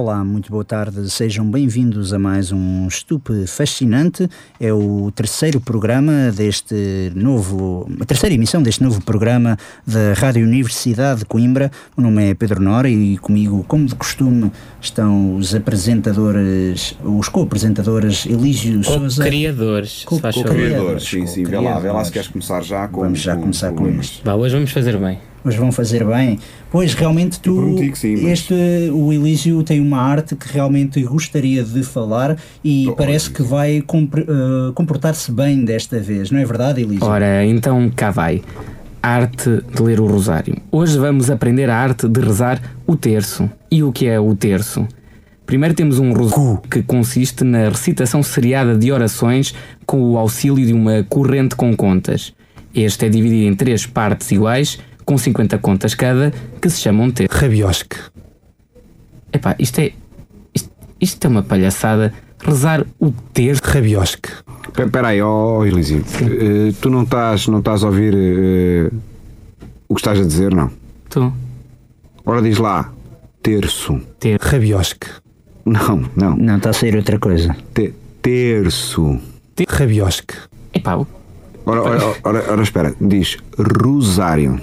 Olá, muito boa tarde, sejam bem-vindos a mais um Estupe Fascinante. É o terceiro programa a terceira emissão deste novo programa da Rádio Universidade de Coimbra. O nome é Pedro Nora e comigo, como de costume, estão os co-apresentadores Elísio Sousa. Co-criadores, co-criadores, sim, vê lá se queres começar já com... Vamos já começar com isto. Hoje vamos fazer bem. Hoje vão fazer bem. Pois, realmente o Elísio tem uma arte que realmente gostaria de falar e parece que vai comportar-se bem desta vez, não é verdade, Elísio? Ora, então cá vai. Arte de ler o rosário. Hoje vamos aprender a arte de rezar o terço. E o que é o terço? Primeiro temos um rosário que consiste na recitação seriada de orações com o auxílio de uma corrente com contas. Este é dividido em 3 partes iguais, com 50 contas cada, que se chamam terço. Rabiosque. Epá, isto é uma palhaçada. Rezar o terço. Rabiosque. Espera aí, Elísio. Tu não estás a ouvir o que estás a dizer, não? Tu. Ora, diz lá. Terço. Rabiosque. Não. Não, está a sair outra coisa. Terço. Rabiosque. Epá. Ora, espera. Diz rosário.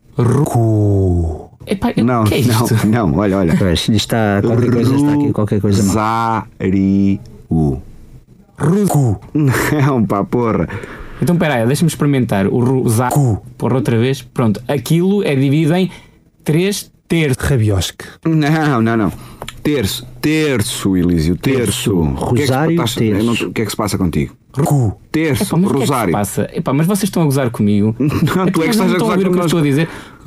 Epá, não, que é isto? não, olha. Pois, está aqui qualquer coisa mal. Rosário. Não, pá, porra. Então, espera aí, deixa-me experimentar o rosário. Porra, outra vez. Pronto, aquilo é dividido em 3 terços. Rabiosque. Não. Terço, Elísio, terço. Rosário, terço. O que é que se passa contigo? Terço, Epá, mas rosário. O que é que se passa? Epá, mas vocês estão a gozar comigo? Não, tu é que estás a gozar comigo. O que eu estou a dizer?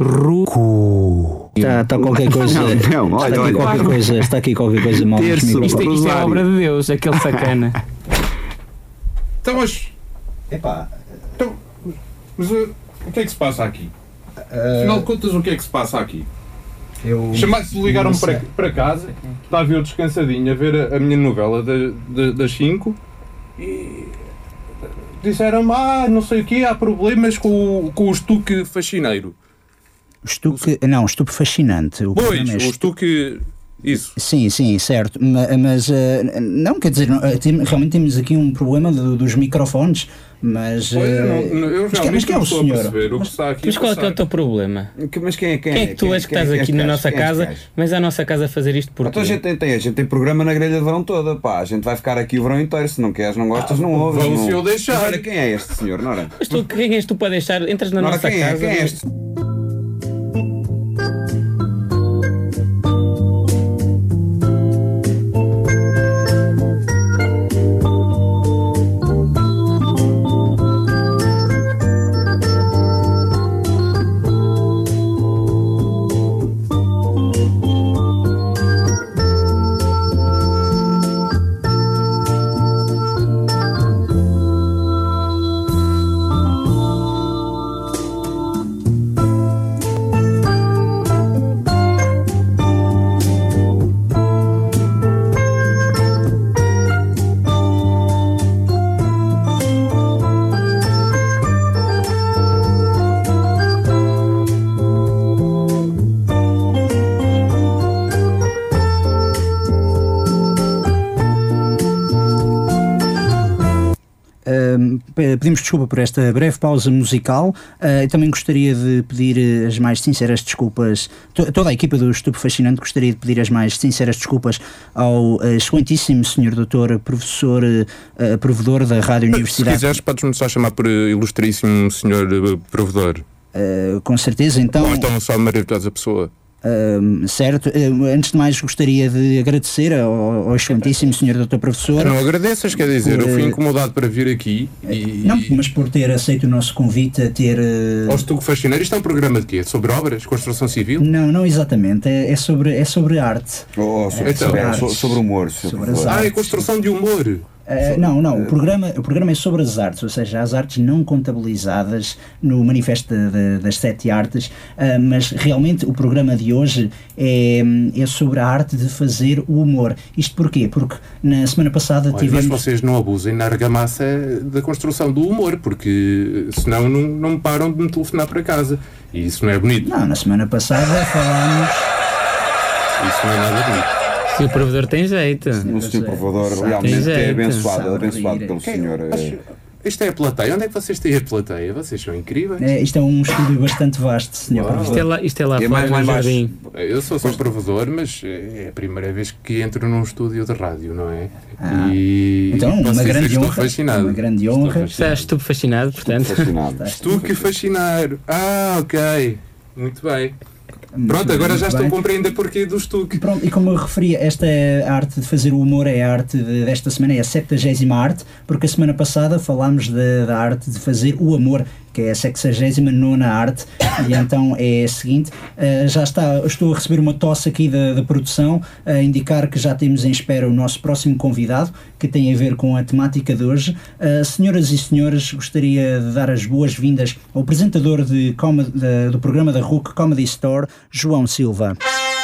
Está qualquer coisa. Não, olha. Está aqui qualquer coisa mal. Terço, isto é obra de Deus, aquele sacana. Então, mas. Epá. Então, mas o que é que se passa aqui? Afinal de contas, o que é que se passa aqui? Ligaram-me para casa, estava eu descansadinho a ver a minha novela das 5 e disseram-me, não sei o quê, há problemas com o estuque fascineiro. Estupe fascinante. O estuque... Isso. Sim, certo. Mas não, quer dizer, realmente temos aqui um problema dos microfones, mas... Mas quem é o senhor? Mas qual é que é o teu problema? Mas quem é que tu és que estás aqui na nossa casa, mas à nossa casa a fazer isto por quê? Então a gente tem programa na grelha de verão toda, pá. A gente vai ficar aqui o verão inteiro. Se não queres, não gostas, não ouves. Vamos eu deixar. Olha, quem é este senhor, Nora? Mas quem és tu para deixar? Entras na nossa casa... Quem é este? Pedimos desculpa por esta breve pausa musical e também gostaria de pedir as mais sinceras desculpas, toda a equipa do Estupe Fascinante gostaria de pedir as mais sinceras desculpas ao excelentíssimo Sr. Doutor Professor Provedor da Rádio Universidade. Se quiseres podes-me só chamar por ilustríssimo Sr. Provedor. Com certeza, então... Ou então só maravilhosa pessoa. Certo, antes de mais gostaria de agradecer ao excelentíssimo Sr. Dr. Professor. Não agradeças, quer dizer, eu fui incomodado para vir aqui Não, mas por ter aceito o nosso convite a ter... Ao Estuque Fascineiro, isto é um programa de quê? Sobre obras? Construção civil? Não exatamente, é sobre arte. Sobre humor. Sobre as artes. É construção de humor. Não, o programa é sobre as artes, ou seja, as artes não contabilizadas no Manifesto das 7 Artes, mas realmente o programa de hoje é sobre a arte de fazer o humor. Isto porquê? Porque na semana passada tivemos... Mas vocês não abusem na argamassa da construção do humor, porque senão não param de me telefonar para casa, e isso não é bonito. Não, na semana passada falámos... Isso não é nada bonito. O provedor tem jeito. O senhor provedor realmente é abençoado pelo senhor. Isto é a plateia. Onde é que vocês têm a plateia? Vocês são incríveis. Isto é um estúdio bastante vasto, senhor provedor. Isto é lá fora no jardim. Eu sou só provedor, mas é a primeira vez que entro num estúdio de rádio, não é? Então, uma grande honra. Fascinado. Uma grande honra. Estás estupefascinado, portanto. Estuque-fascinar. Ok. Muito bem. Pronto, agora já estou a compreender porquê do estuque. Pronto, e como eu referi, esta arte de fazer o humor é a arte desta semana, é a 70ª arte, porque a semana passada falámos da arte de fazer o amor, que é a 69ª arte, e então é a seguinte, estou a receber uma tosse aqui da produção, a indicar que já temos em espera o nosso próximo convidado, que tem a ver com a temática de hoje. Senhoras e senhores, gostaria de dar as boas-vindas ao apresentador do programa da RUC Comedy Store, João Silva.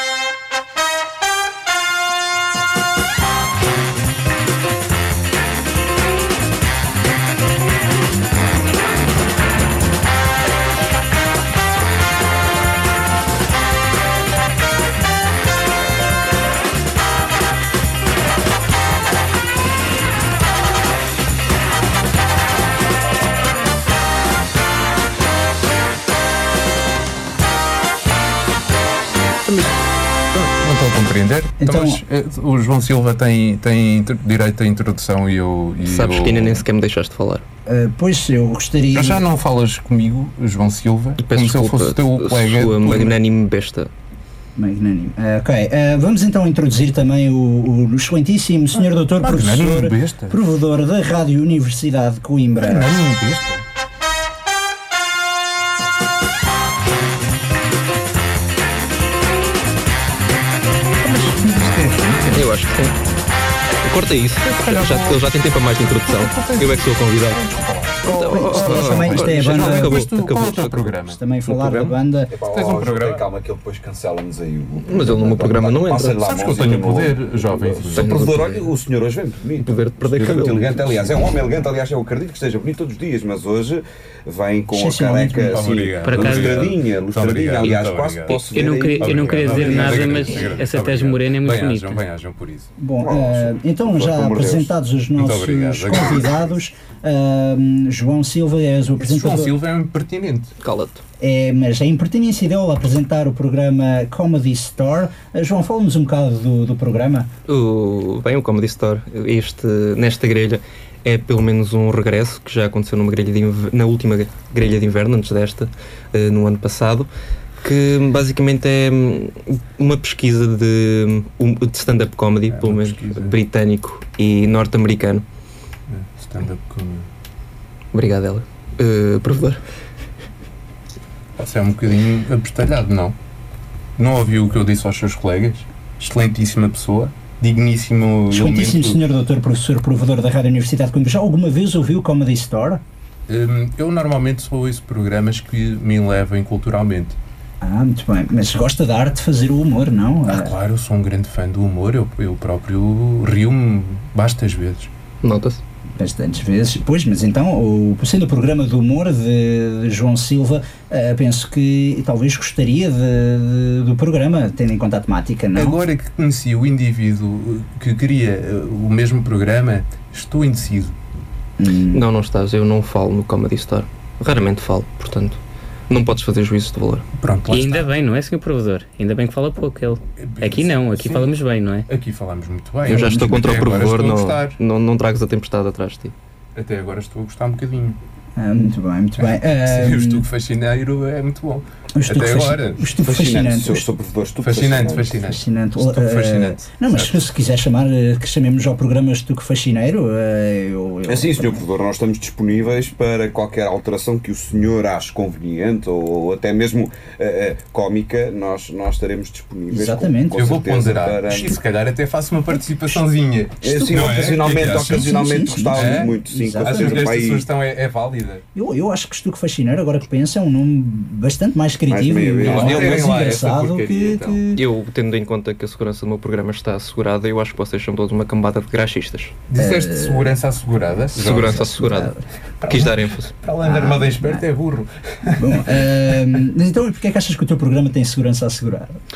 Não estou a compreender. Então, mas, o João Silva tem direito à introdução e eu... Sabes que ainda nem sequer me deixaste falar. Pois, eu gostaria... Mas já não falas comigo, João Silva, como se eu fosse teu colega... Sua magnânime besta. Magnânimo. Ok. Vamos então introduzir também o excelentíssimo Sr. Dr. Professor Provedor da Rádio Universidade de Coimbra. Magnânimo besta. Eu acho que sim. Corta isso. Ele já tem tempo a mais de introdução. Eu é que sou o convidado. Isto é a banda. Acabou. O teu programa. Vamos também falar da banda. Tens um programa? Calma que ele depois cancela-nos aí. Mas ele no meu programa não entra. Sabes que eu tenho poder, jovem. Sou provedor, olha, o senhor hoje vem muito bonito. Poder de perder Muito cabelo. elegante, aliás, é um homem elegante, aliás, eu acredito que esteja bonito todos os dias, mas hoje vem com a careca assim, lustradinha, aliás, quase posso ver. Eu não queria dizer nada, mas essa tez morena é muito bonita. Bem-ajam por isso. Bom, então já apresentados os nossos convidados, João Silva é o apresentador. João Silva é um impertinente. Cala-te. Mas a impertinência dele a apresentar o programa Comedy Store. João, fala-nos um bocado do programa. Bem, o Comedy Store, nesta grelha, é pelo menos um regresso que já aconteceu na última grelha de inverno, antes desta, no ano passado, que basicamente é uma pesquisa de stand-up comedy, pelo menos britânico e norte-americano. Stand-up comedy. Obrigado, ela. Provedor. Você é um bocadinho abestalhado, não? Não ouviu o que eu disse aos seus colegas? Excelentíssima pessoa, digníssimo excelentíssimo senhor Dr. Professor Provedor da Rádio Universidade de Coimbra. Já alguma vez ouviu o Comedy Store? Eu normalmente só ouço programas que me elevem culturalmente. Muito bem. Mas gosta da arte de fazer o humor, não? Claro, eu sou um grande fã do humor. Eu próprio rio-me bastas vezes. Nota-se. Bastantes vezes. Pois, mas então, sendo o programa do humor de João Silva, penso que talvez gostaria do programa, tendo em conta a temática, não? Agora que conheci o indivíduo que queria o mesmo programa, estou indeciso. Não estás. Eu não falo no Comedy Store. Raramente falo, portanto, não podes fazer juízos de valor. Pronto, e ainda bem, não é, Sr. Provedor? Ainda bem que fala pouco ele. Aqui não, aqui sim. Falamos bem, não é? Aqui falamos muito bem. Eu já estou contra o Provedor, não tragas a tempestade atrás de ti. Até agora estou a gostar um bocadinho. Muito bem, muito bem. O estuque fascineiro é muito bom. Até agora. O estuque fascinante. Sou professor estuque fascinante. Fascinante. Não, mas se quiser chamar, que chamemos ao programa Estuque Fascineiro, Assim, senhor professor, nós estamos disponíveis para qualquer alteração que o senhor ache conveniente ou até mesmo cómica, nós estaremos disponíveis. Exatamente. Eu vou ponderar e se calhar até faço uma participaçãozinha. Sim, ocasionalmente gostávamos muito. Sim, achas que esta sugestão é válida? Eu acho que Estuque Fascineiro, agora que penso, é um nome bastante mais criativo e mais engraçado que... Eu, tendo em conta que a segurança do meu programa está assegurada, eu acho que vocês são todos uma cambada de graxistas. Disseste segurança assegurada? Segurança assegurada. Quis dar ênfase. Além de armada esperta, é burro. Bom, mas então porquê é que achas que o teu programa tem segurança assegurada?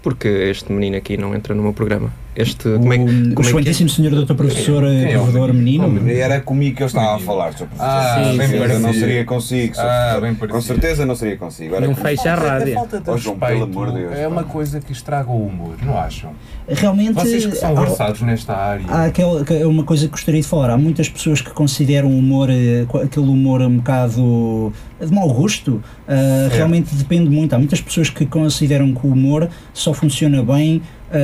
porque este menino aqui não entra no meu programa. O excelentíssimo senhor doutor professor provedor menino. Era comigo que eu estava a falar, Sr. Professor. Não seria consigo, com certeza não seria consigo. Não fecha a rádio. Falta de respeito é uma coisa que estraga o humor, não acham? Realmente, vocês que são versados nesta área. É uma coisa que gostaria de falar. Há muitas pessoas que consideram o humor, aquele humor um bocado de mau gosto. Realmente depende muito. Há muitas pessoas que consideram que o humor só funciona bem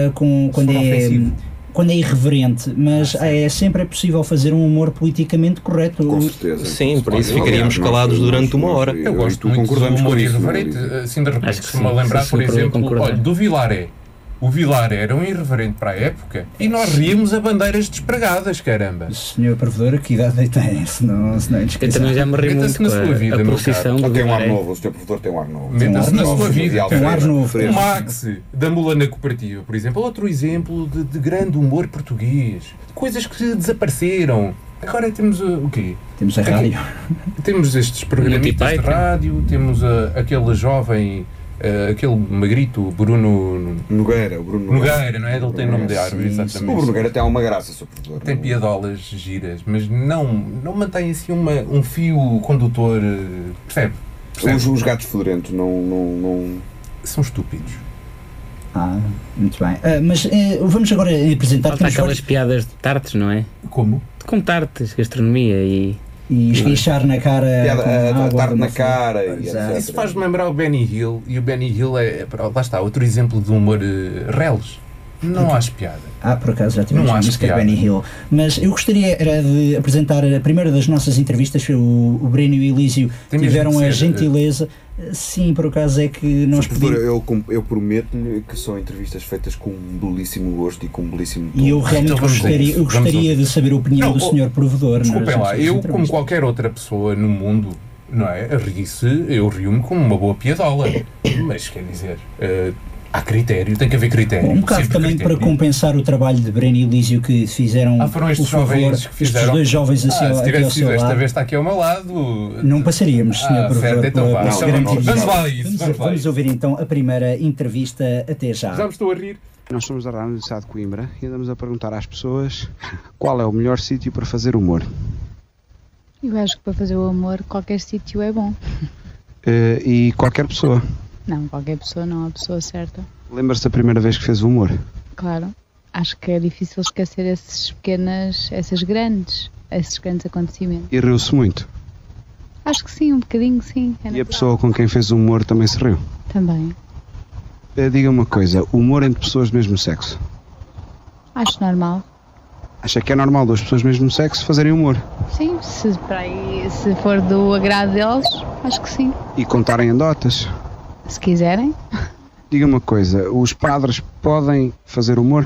quando é irreverente, mas sempre é possível fazer um humor politicamente correto. Com certeza. Sim, por isso ficaríamos calados durante uma hora. Eu gosto muito do humor irreverente. Assim, de repente, se-me lembrar, por exemplo, do Vilaré. O Vilaré era um irreverente para a época e nós ríamos a bandeiras despregadas, caramba. Senhor provedor, que idade tem? Se não é eu também já me ri muito com a procissão do tem um ar novo, o senhor provedor tem um ar novo. Meta-se na sua vida. Tem um ar novo. O Max, da Mula na Cooperativa, por exemplo, outro exemplo de grande humor português. Coisas que desapareceram. Agora temos o quê? Temos a rádio. Temos estes programistas de rádio, temos aquele jovem... aquele magrito, Bruno Nogueira, não é? Ele tem nome de árvore, exatamente. O Bruno Nogueira tem uma graça, Sr. Professor. Tem piadolas giras, mas não mantém assim um fio condutor, percebe? Os gatos fedorentos não... São estúpidos. Muito bem. Mas vamos agora apresentar... Aquelas piadas de tartes, não é? Como? Com tartes, gastronomia e esguichar na cara, tarte na cara, isso faz-me lembrar o Benny Hill, e o Benny Hill lá está, outro exemplo de humor reles. Não acho piada. Por acaso já tivemos música Benny Hill. Mas eu gostaria de apresentar a primeira das nossas entrevistas. O Breno e o Elísio tiveram a gentileza. Sim, por acaso é que nós pedimos... Eu prometo-lhe que são entrevistas feitas com um belíssimo gosto e com um belíssimo tom. E eu realmente gostaria de saber a opinião do senhor provedor. Desculpem lá, eu como qualquer outra pessoa no mundo, não é? Eu rio-me com uma boa piadola. Mas quer dizer... há critério, tem que haver critério. Um bocado também para compensar o trabalho de Breno e Elísio que fizeram foram estes jovens que fizeram. Estes dois jovens aqui ao seu lado. Esta vez está aqui ao meu lado. Não passaríamos, senhor professor. Então vamos ouvir então a primeira entrevista. Até já. Já me estou a rir. Nós somos da Rádio Universidade de Coimbra e andamos a perguntar às pessoas qual é o melhor sítio para fazer humor. Eu acho que para fazer o humor qualquer sítio é bom. E qualquer pessoa? Não, qualquer pessoa não, a pessoa certa. Lembra-se da primeira vez que fez o humor? Claro. Acho que é difícil esquecer esses grandes acontecimentos. E riu-se muito? Acho que sim, um bocadinho sim. E a pessoa com quem fez o humor também se riu? Também. Diga uma coisa, humor entre pessoas do mesmo sexo? Acho normal. Acha que é normal duas pessoas do mesmo sexo fazerem humor? Sim, se for do agrado deles, acho que sim. E contarem anedotas? Se quiserem. Diga uma coisa, os padres podem fazer humor?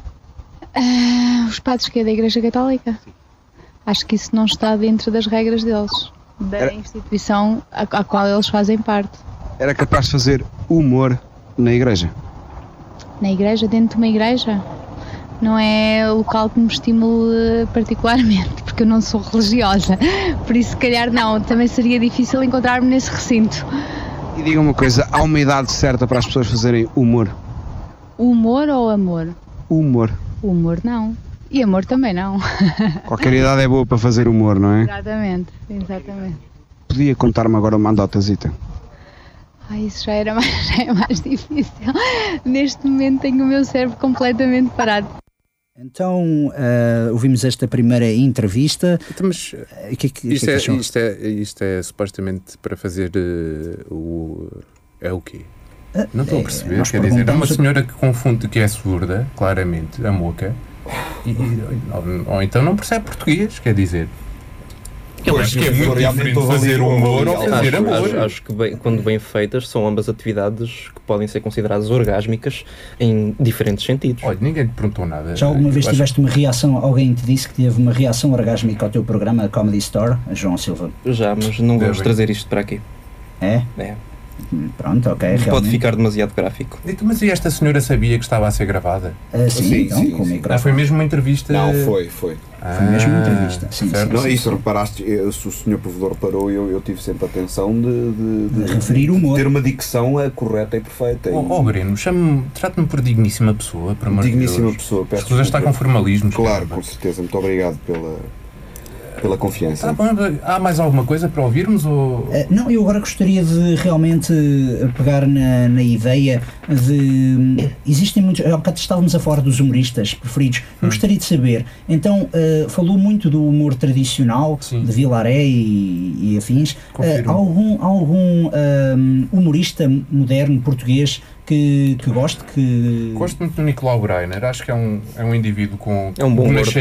Os padres que é da Igreja Católica? Sim. Acho que isso não está dentro das regras deles, da instituição à qual eles fazem parte. Era capaz de fazer humor na igreja? Na igreja? Dentro de uma igreja? Não é o local que me estimule particularmente, porque eu não sou religiosa. Por isso, se calhar, não. Também seria difícil encontrar-me nesse recinto. E diga uma coisa, há uma idade certa para as pessoas fazerem humor? Humor ou amor? Humor. Humor não. E amor também não. Qualquer idade é boa para fazer humor, não é? Exatamente. Podia contar-me agora uma anedotazita? Isso já é mais difícil. Neste momento tenho o meu cérebro completamente parado. Então, ouvimos esta primeira entrevista. Mas isto é supostamente para fazer é o quê? Não estou a perceber. Quer dizer, é uma senhora que confunde, que é surda, claramente, a moca, ou então não percebe português, quer dizer. Eu acho que é muito diferente fazer humor ou fazer amor. Acho que quando bem feitas são ambas atividades que podem ser consideradas orgásmicas em diferentes sentidos. Olha, ninguém te perguntou nada. Já alguma vez tiveste uma reação, alguém te disse que teve uma reação orgásmica ao teu programa, a Comedy Store, João Silva? Já, mas não vamos trazer isto para aqui. É? É. Pronto, ok. Pode realmente. ficar demasiado gráfico. Mas e esta senhora sabia que estava a ser gravada? Sim, então, com o microfone. Foi mesmo uma entrevista? Não, foi. Foi mesmo uma entrevista. Sim, certo. Não, isso reparaste, se o senhor provedor reparou, eu tive sempre a atenção de referir o humor. ter uma dicção correta e perfeita. Breno, trate-me por digníssima pessoa, para amor de Deus. Digníssima pessoa, peço Escusa está com formalismos. Claro, com certeza. Muito obrigado pela confiança. Tá bom, há mais alguma coisa para ouvirmos? Ou... Não, eu agora gostaria de realmente pegar na ideia de... Existem muitos... Há bocado estávamos a falar dos humoristas preferidos. Eu gostaria de saber, então, falou muito do humor tradicional, Sim. de Vilaré e afins. Algum humorista moderno, português, que goste? Gosto muito do Nicolau Breiner, acho que é um indivíduo com um bom humor.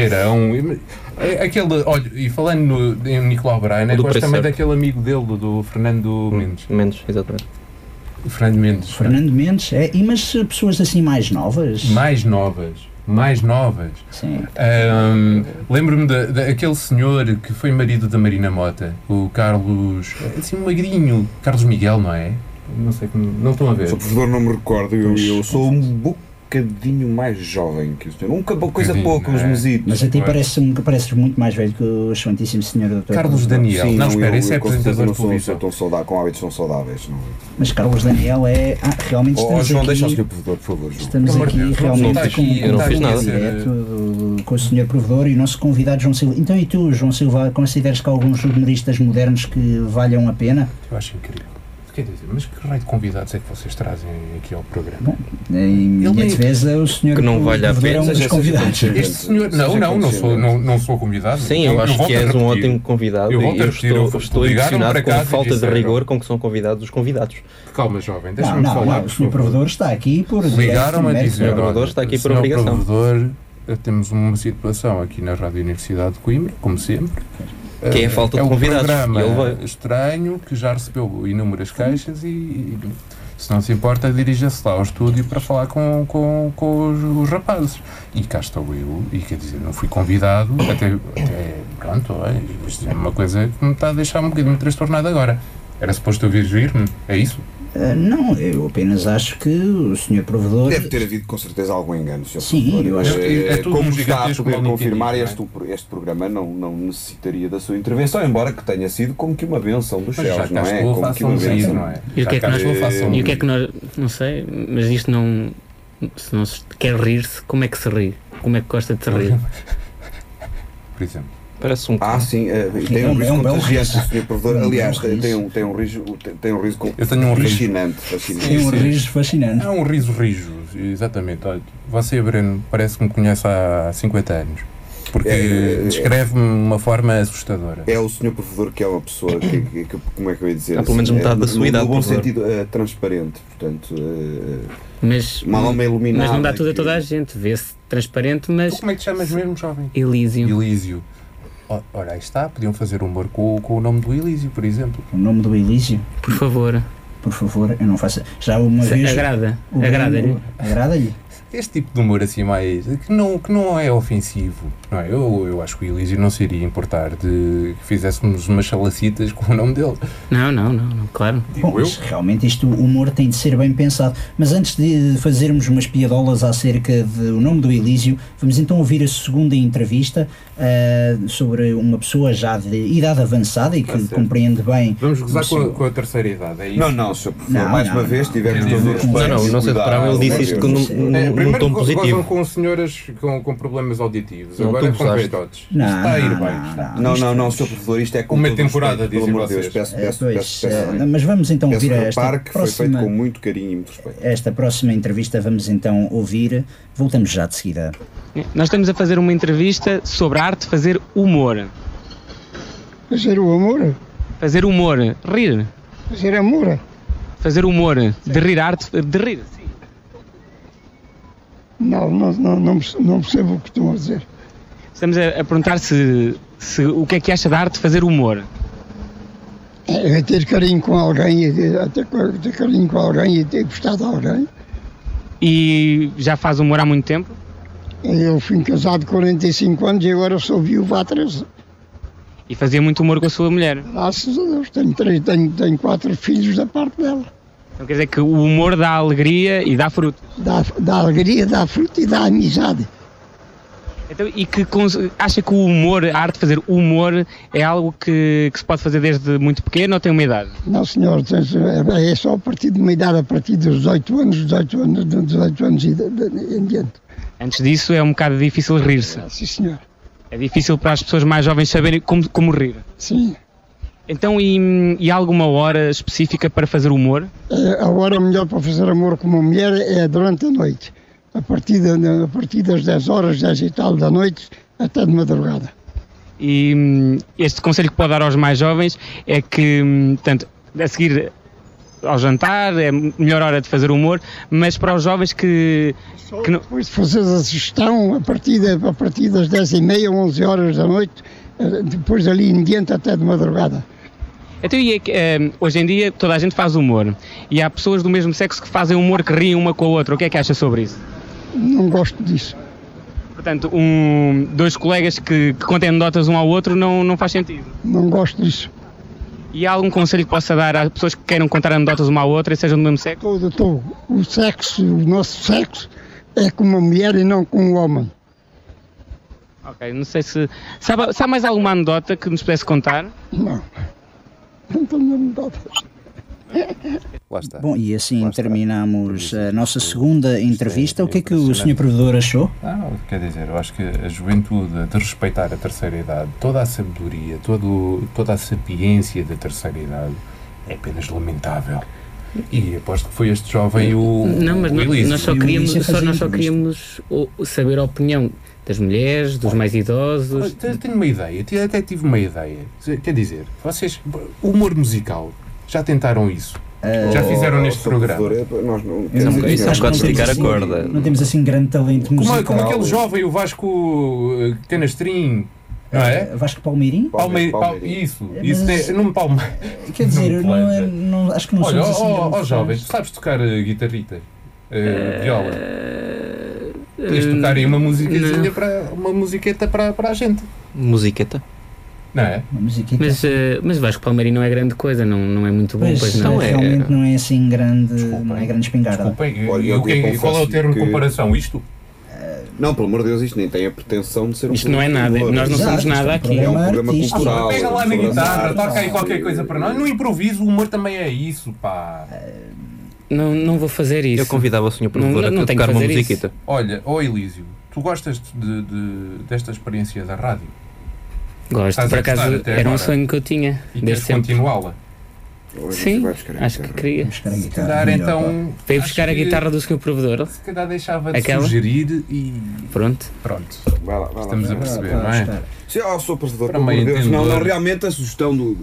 Olha, e falando em Nicolau Breiner, gosto também daquele amigo dele, do Fernando Mendes. Mendes, exatamente. Fernando Mendes, mas pessoas assim mais novas? Mais novas. Sim. Lembro-me daquele senhor que foi marido da Marina Mota, o Carlos, assim magrinho, Carlos Miguel, não é? Não sei como, não estão a ver. Sou professor, não me recordo, eu sou um bocadinho mais jovem que o senhor, coisa pouca, uns mesitos. Mas a ti pareces muito mais velho que o excelentíssimo senhor Dr. Carlos Daniel. Sim, esse é apresentador de televisão. Com hábitos tão saudáveis. Não. Mas Carlos Daniel é... realmente estamos João, aqui... deixa o senhor provedor, por favor, João. Estamos aqui realmente eu não fiz nada. direto com o senhor provedor e o nosso convidado João Silva. Então, e tu, João Silva, consideras que há alguns humoristas modernos que valham a pena? Eu acho incrível. Quer dizer, mas que raio de convidados é que vocês trazem aqui ao programa? Bom, em minha defesa, o senhor que não vale a pena. É um dos convidados. Este senhor, não sou convidado. Sim, eu acho que és um ótimo convidado e eu estou impressionado com a falta de rigor com que são convidados os convidados. Calma, jovem, deixa-me falar. O senhor provedor está aqui por... Ligaram a dizer, o senhor provedor está aqui por obrigação. Provedor, temos uma situação aqui na Rádio Universidade de Coimbra, como sempre. Que é a falta de convidados. É um programa estranho que já recebeu inúmeras caixas e se não se importa, dirija-se lá ao estúdio para falar com os rapazes. E cá estou eu, e quer dizer, não fui convidado, até pronto, isto é uma coisa que me está a deixar um bocadinho transtornado agora. Era suposto eu vir-me? É isso? Não, eu apenas acho que o senhor provedor... Deve ter havido com certeza algum engano, Sr. Sim, provedor. eu acho que como está a poder confirmar, este programa não necessitaria da sua intervenção, embora que tenha sido como que uma benção dos céus, não é? Como que uma benção, não é? E o que é que nós... Não sei, mas isto não... Se não se quer rir-se, como é que se ri? Como é que gosta de se rir? Por exemplo. Parece um... sim, tem um riso contagiante, o senhor provedor. Aliás, tem um riso fascinante. Tem um riso fascinante. É um riso rijo, exatamente. Olha, você, Breno, parece que me conhece há 50 anos. Porque descreve-me de uma forma assustadora. É o senhor provedor que é uma pessoa que como é que eu ia dizer? Há pelo menos metade da sua idade. No bom sentido, transparente, portanto, uma alma iluminada. Mas não dá tudo a toda a gente, vê-se transparente, mas... Como é que te chamas mesmo, jovem? Elísio. Ora, aí está, podiam fazer humor com o nome do Elísio, por exemplo. O nome do Elísio? Por favor, eu não faço... Já uma vez... Agrada-lhe. Agrada-lhe? Este tipo de humor assim mais... que não é ofensivo, não é? Eu acho que o Elísio não se iria importar de que fizéssemos umas chalacitas com o nome dele. Não, claro. Bom, mas realmente o humor tem de ser bem pensado. Mas antes de fazermos umas piadolas acerca do nome do Elísio, vamos então ouvir a segunda entrevista sobre uma pessoa já de idade avançada e que compreende bem... Vamos gozar com a terceira idade, é isso? Não, Sr. Professor, mais uma vez tivemos todos os respeito. Não sei deparar, ele disse isto num tom positivo. Gozam com senhoras com problemas auditivos, agora com peitotes. Está a ir bem. Não, Sr. Professor, isto é com uma temporada, dizem vocês. Peço. Mas vamos então ouvir esta próxima... foi feito com muito carinho e muito respeito. Esta próxima entrevista vamos então ouvir. Voltamos já de seguida. Nós estamos a fazer uma entrevista sobre a arte de fazer humor. Fazer o amor? Fazer humor. Rir. Fazer amor? Fazer humor. De rir, arte de rir. Sim. Não percebo o que estão a dizer. Estamos a perguntar se o que é que acha da arte de fazer humor. É ter carinho com alguém, ter carinho com alguém e ter gostado de alguém. E já faz humor há muito tempo? Eu fui casado 45 anos e agora sou viúvo há 13. E fazia muito humor com a sua mulher? Graças a Deus, tenho 4 filhos da parte dela. Então quer dizer que o humor dá alegria e dá fruto. Dá alegria, dá fruto e dá amizade. Então, e que acha que o humor, a arte de fazer humor, é algo que se pode fazer desde muito pequeno ou tem uma idade? Não, senhor, é só a partir de uma idade, a partir dos 18 anos e em diante. Antes disso é um bocado difícil rir-se. Sim, senhor. É difícil para as pessoas mais jovens saberem como rir. Sim. Então, e há alguma hora específica para fazer humor? A hora melhor para fazer amor com uma mulher é durante a noite. A partir das 10 horas, 10 e tal da noite, até de madrugada. E este conselho que pode dar aos mais jovens é que, portanto, a seguir ao jantar é a melhor hora de fazer humor, mas para os jovens que não... Depois de fazer a gestão, a partir das 10h30, 11 horas da noite, depois ali em diante até de madrugada. Então, hoje em dia toda a gente faz humor e há pessoas do mesmo sexo que fazem humor, que riem uma com a outra. O que é que acha sobre isso? Não gosto disso. Portanto, dois colegas que contem anedotas um ao outro não faz sentido. Não gosto disso. E há algum conselho que possa dar às pessoas que queiram contar anedotas uma à outra e sejam do mesmo sexo? O nosso sexo é com uma mulher e não com um homem. Ok, não sei se... Sabe mais alguma anedota que nos pudesse contar? Não tenho anedotas. Lá está. Bom, e assim terminamos a nossa segunda entrevista. O que é que o Sr. Provedor achou? Quer dizer, eu acho que a juventude, de respeitar a terceira idade, toda a sabedoria, toda a sapiência da terceira idade, é apenas lamentável. E aposto que foi este jovem o Elísio. Nós só queríamos saber a opinião das mulheres, dos mais idosos. Tenho uma ideia, até tive uma ideia. Quer dizer, vocês, o humor musical, já tentaram isso? Já fizeram neste programa? Isso é um bocado esticar a corda. Não temos assim grande talento musical. Como aquele jovem, o Vasco Canastrim, não é? Vasco Palmeirim? Isso nome Palmeirim. Quer dizer, acho que não somos assim grandes jovem, tu sabes tocar guitarrita? Viola? Tens de tocar aí uma musiquezinha uma musiqueta para a gente. Musiqueta? Não é? Mas Vasco Palmeirim não é grande coisa, não é muito bom, pois não é? Realmente não é assim grande, não é grande espingarda. Desculpem, qual é o termo de comparação? Isto? Não, pelo amor de Deus, isto nem tem a pretensão de ser um isto não é nada, nós não somos nada aqui. É um programa cultural. Pega lá na guitarra, toca aí qualquer coisa para nós. No improviso, o humor também é isso, pá. Não vou fazer isso. Eu convidava o Sr. Provedor a tocar uma musiquita. Olha, Elísio, tu gostas desta experiência da rádio? Gosto, por acaso era um sonho que eu tinha. E queres continuá-la? Sim, acho que queria. Se calhar então... Veio buscar a guitarra do Sr. Provedor. Se calhar deixava de sugerir e... Pronto. Vai lá, estamos a perceber, não é? Sim, Sr. Provedor, pelo amor de Deus. Não, realmente a sugestão do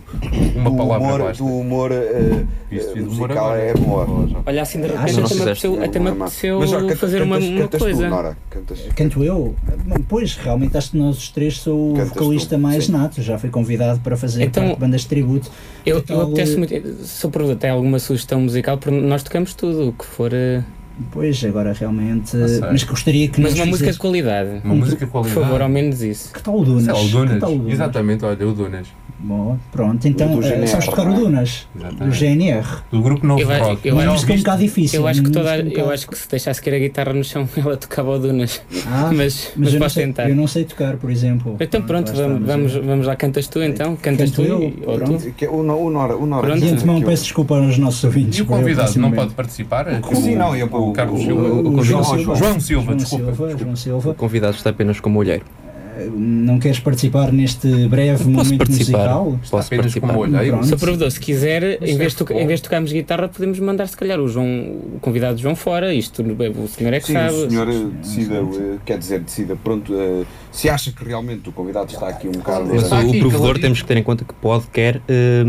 humor musical é boa. Olha, assim de repente até me apeteceu fazer uma coisa. Canto eu? Pois, realmente acho que nós os três sou o vocalista mais nato. Já fui convidado para fazer parte de bandas de tributo. Eu apetece muito. Sr. Provedor, tem alguma sugestão musical? Porque nós tocamos tudo o que for... Pois, agora realmente... Mas gostaria que... Mas uma música de qualidade. Uma música de qualidade. Por favor, ao menos isso. Que tal o Dunas? Exatamente, olha, o Dunas. Bom, pronto, então sabes tocar o Dunas? Do GNR. Do grupo Novo Rock. Eu acho que é um bocado difícil. Eu acho que se deixasse cair a guitarra no chão, ela tocava o Dunas. Mas posso tentar. Eu não sei tocar, por exemplo. Então pronto, vamos lá, cantas tu então? Cantas tu ou tu? O Nora. De antemão peço desculpa aos nossos ouvintes. E o convidado não pode participar? Sim, não, o Carlos Silva. João Silva, desculpa. O convidado está apenas como olheiro. Não queres participar neste breve momento musical? Posso participar. Sr. Provedor, se quiser, em vez de tocarmos guitarra, podemos mandar se calhar o convidado João fora. Isto o senhor é que sabe. O senhor decida, pronto, se acha que realmente o convidado está aqui um bocado... Mas o Provedor temos que ter em conta que pode, quer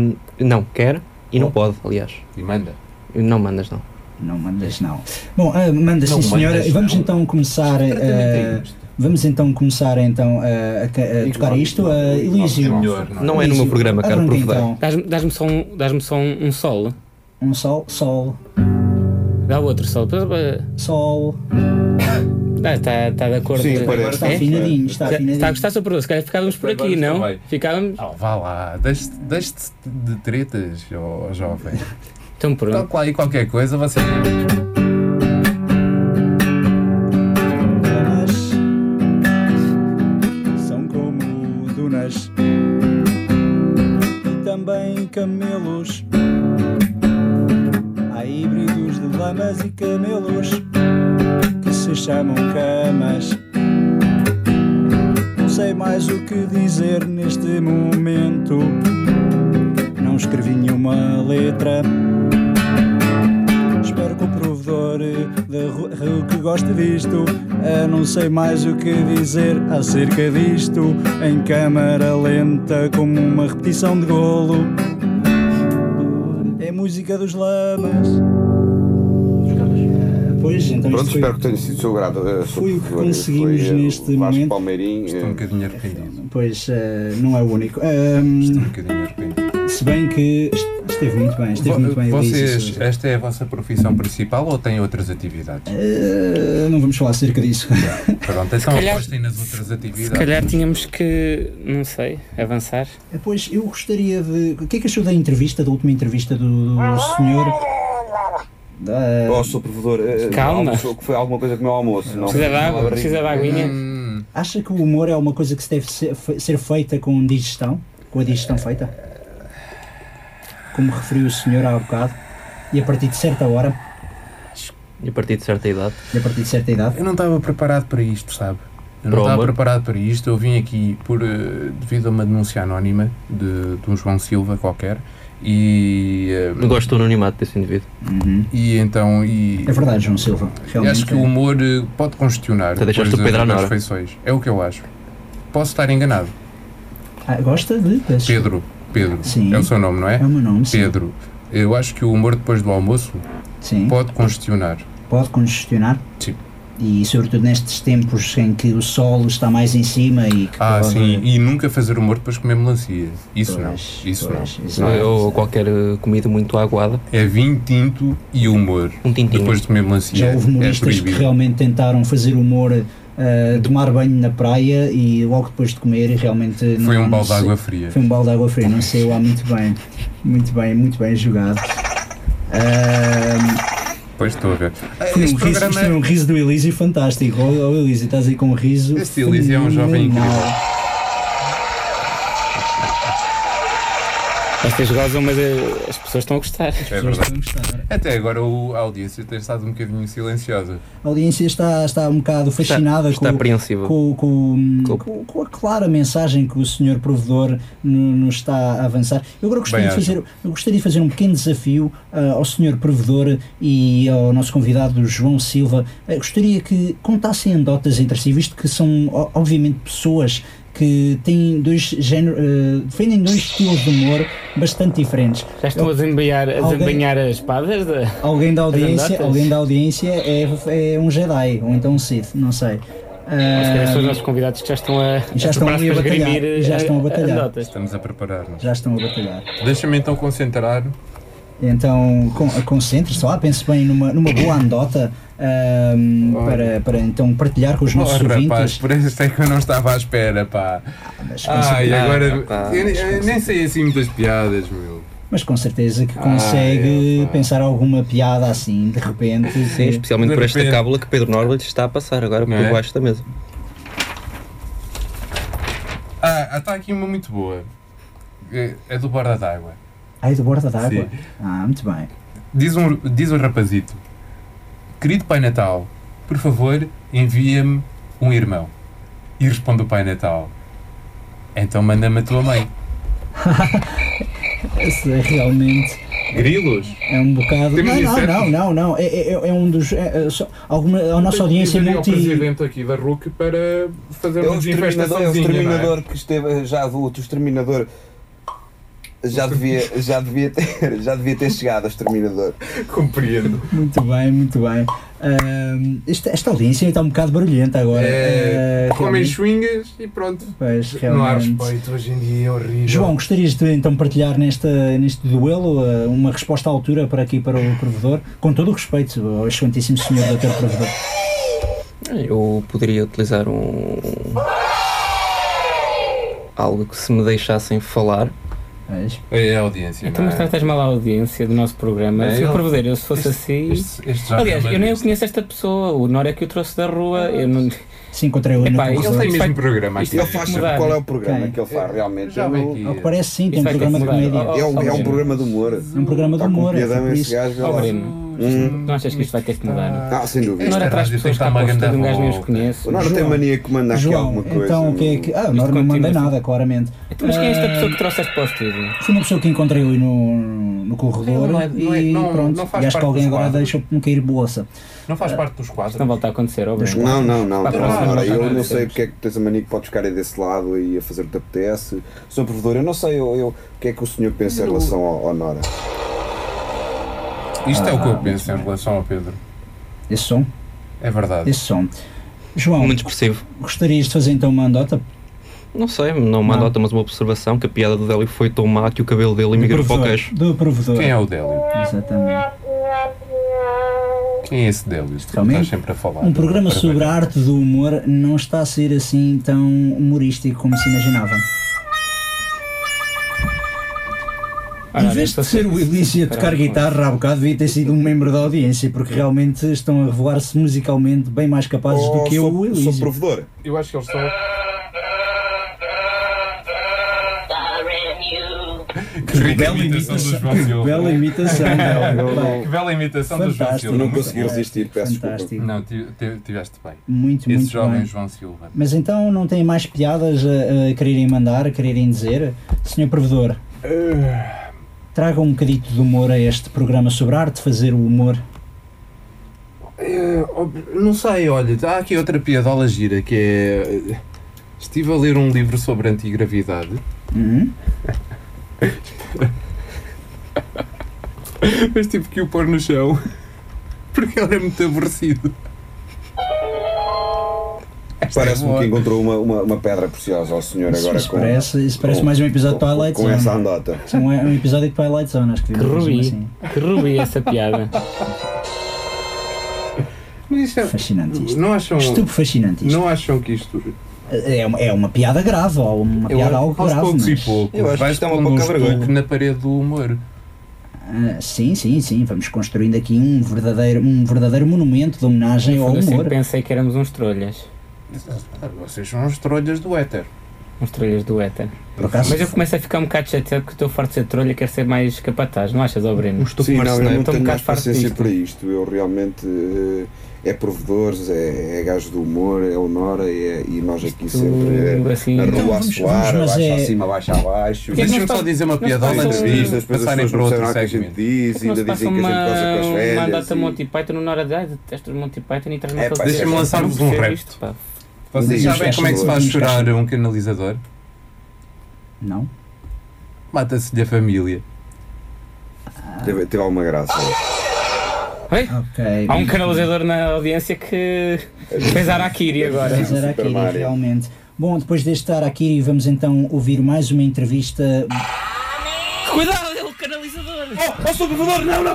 e não pode, aliás. E manda? Não mandas, não. Não mandas, não. Bom, manda sim, senhora. Vamos então começar... Vamos então começar a tocar isto. Elísio. Não é no meu programa, caro Provedor. Dás-me só um sol. Um sol? Sol. Dá outro sol. Sol. Está de acordo. Sim, está afinadinho. Está a gostar, Sr. Provedor? Se calhar ficávamos por aqui, não? Ficávamos... Vá lá, deixe-te de tretas, ó jovem. Então pronto. Toque lá aí qualquer coisa, você... São como dunas e também camelos. Há híbridos de lamas e camelos que se chamam camas. Não sei mais o que dizer neste momento. Não escrevi nenhuma letra. Espero que o provedor que goste disto. Não sei mais o que dizer acerca disto. Em câmara lenta, como uma repetição de golo. É música dos lamas. Pois, então pronto, espero que tenha sido do seu grado. Foi o que conseguimos neste momento. Palmeirim. Estou um bocadinho arrependido. Pois, não é o único. Estou um bocadinho arrependido. Se bem que esteve muito bem, Vocês, esta é a vossa profissão principal ou têm outras atividades? Não vamos falar acerca disso. Pronto, então apostem nas outras atividades. Se calhar tínhamos que, não sei, avançar. Pois, eu gostaria de... O que é que achou da última entrevista do senhor? Sr. Provedor, calma. Que foi alguma coisa com o meu almoço. Precisa de aguinha. Acha que o humor é uma coisa que se deve ser feita com digestão? Com a digestão feita? Como referiu o senhor há bocado? E a partir de certa hora? E a partir de certa idade? E a partir de certa idade? Eu não estava preparado para isto, sabe? Eu não estava preparado para isto. Eu vim aqui devido a uma denúncia anónima de um João Silva qualquer. Eu gosto do anonimato desse indivíduo. E então... É verdade, João Silva. Realmente acho que o humor pode congestionar depois das refeições. É o que eu acho. Posso estar enganado. Gosta de... Pedro. Sim. É o seu nome, não é? É o meu nome, sim. Pedro. Eu acho que o humor depois do almoço pode congestionar. Pode congestionar? Sim. E sobretudo nestes tempos em que o sol está mais em cima e que pode... sim, e nunca fazer humor depois de comer melancia. Isso não. Ou qualquer comida muito aguada. É vinho tinto e humor. Um tintinho. Depois de comer melancia. Já houve humoristas que realmente tentaram fazer humor, tomar banho na praia e logo depois de comer e realmente... Foi um balde de água fria. Foi um balde de água fria, não sei lá muito bem. Muito bem jogado. Pois estou a ver. Isto é um riso do Elísio fantástico. Elísio, estás aí com um riso. Este Elísio é um jovem incrível. Vocês gozam, mas as pessoas estão a gostar. É verdade. Até agora a audiência tem estado um bocadinho silenciosa. A audiência está um bocado fascinada com a clara mensagem que o senhor provedor nos está a avançar. Eu agora gostaria de fazer um pequeno desafio ao senhor provedor e ao nosso convidado João Silva. Gostaria que contassem anedotas entre si, visto que são obviamente pessoas que têm defendem dois estilos de humor bastante diferentes. Já estão a desembanhar as espadas? Alguém da audiência é um Jedi, ou então um Sith, não sei. São os nossos convidados que já estão a batalhar. Estamos a preparar-nos. Já estão a batalhar. Deixa-me então concentrar. Então, concentre-se lá, pense bem numa boa anedota para então partilhar com os nossos ouvintes. Rapaz, por isso é que eu não estava à espera, pá. Agora eu nem sei assim muitas piadas, meu. Mas com certeza que consegue pensar alguma piada assim, de repente. Sim, especialmente por esta cábula que Pedro Norberg está a passar agora por baixo da mesa. Está aqui uma muito boa. É do Borda d'Água. É do Borda d'Água? Muito bem. Diz um rapazito: querido Pai Natal, por favor, envia-me um irmão. E responde o Pai Natal: então manda-me a tua mãe. Esse é realmente... Grilos? É um bocado... Não. É um dos... a nossa audiência é muito... o presidente aqui da RUC para fazer uma desinfestaçãozinha. É o exterminador que esteve... Já o exterminador... Já devia ter chegado ao exterminador. Compreendo. Muito bem. Esta audiência está um bocado barulhenta agora. Comem swingas e pronto. Pois, não há respeito, hoje em dia é horrível. João, gostarias de então partilhar neste duelo uma resposta à altura para o provedor? Com todo o respeito ao excelentíssimo senhor doutor provedor. Eu poderia utilizar algo que se me deixassem falar. É a audiência. Então, mas tratas mal a audiência do nosso programa. Sr. Provedeiro, eu se fosse assim. Aliás, eu nem conheço esta pessoa. O Nora é que o trouxe da rua. Eu não. Sim, encontrei o Ele tem mesmo programa. Ele faz sempre qual é o programa que ele faz realmente. Ao que parece, sim, tem um programa de comédia. É um programa de humor. É um programa de humor. Não achas que isto vai ter que mudar? Sem dúvida. O Nora traz pessoas que de um gajo nem os conhece. O Nora tem mania que manda aqui alguma coisa. Então o que é que. O Nora não manda nada, claramente. Então, mas quem é esta pessoa que trouxe este posto? Foi uma pessoa que encontrei ali no corredor e pronto. E acho que alguém agora deixou-me cair bolsa. Não faz parte dos quadros. Não volta a acontecer, Não. Eu não sei porque é que tens a mania que podes ficar aí desse lado e a fazer o que te apetece. Sr. Provedor, eu não sei o que é que o senhor pensa em relação ao Nora. Isto é o que eu penso em relação ao Pedro. Esse som? É verdade. Esse som. João, muito expressivo. Gostarias de fazer então uma andota? Não sei, não uma andota, mas uma observação que a piada do Délio foi tão má que o cabelo dele migrou para o queixo. Do Provedor. Quem é o Délio? Exatamente. Quem é esse Délio? Realmente, estás sempre a falar. Um programa sobre a arte do humor não está a ser assim tão humorístico como se imaginava. Em vez de ser o Elísio a tocar guitarra há bocado, devia ter sido um membro da audiência, porque realmente estão a revelar-se musicalmente bem mais capazes do que o Elísio. Sou Provedor. Eu acho que eles estão... Que bela imitação. Bela imitação. Que bela imitação do João Silva. Não consegui resistir, peço desculpa. Não, tiveste bem. Muito esse muito jovem bem. João Silva. Mas então não tem mais piadas a quererem mandar, a quererem dizer? Senhor Provedor, traga um bocadito de humor a este programa sobre a arte de fazer o humor. Não sei, olha, há aqui outra piadola gira que é... Estive a ler um livro sobre antigravidade. Mas tive que o pôr no chão porque ele é muito aborrecido. Parece-me que encontrou uma pedra preciosa ao senhor agora. Isso parece mais um episódio de Twilight Zone. Com essa andota. É um episódio de Twilight Zone, acho que Que rubi essa piada. Fascinante isto. Não acham, fascinante isto. Não acham que isto... É uma piada grave, ou uma piada algo grave. Poucos e pouco. Eu acho que isto é uma pouca vergonha. Na parede do humor. Sim, vamos construindo aqui um verdadeiro monumento de homenagem ao humor. Eu pensei que éramos uns trolhas. Vocês são uns trolhas do éter. Uns trolhas do éter. Mas eu começo a ficar um bocado chateado porque estou farto de ser trolha e quero ser mais capataz, não achas, Breno? Sim, não, eu não tenho mais paciência para isto. Eu realmente... É Provedores, é gajo do humor, é o Nora, e nós aqui sempre assim, a rua a soar, abaixo acima, abaixo abaixo. Deixa-me só dizer uma piada na entrevista, depois passarem para outro segmento. Diz, ainda dizem que a gente goza com as velhas. Uma andata Monty Python no Nora de detesto Monty Python e traz-me aquele... Deixa-me lançar-vos um repto. Vocês sabem como é que se faz chorar um canalizador? Não. Mata-se-lhe a família. Teve alguma graça. Okay. Há um canalizador na audiência que fez Harakiri agora. Fez Harakiri, realmente. Bom, depois deste Harakiri vamos então ouvir mais uma entrevista. Cuidado, é o canalizador! Sou Provedor, não!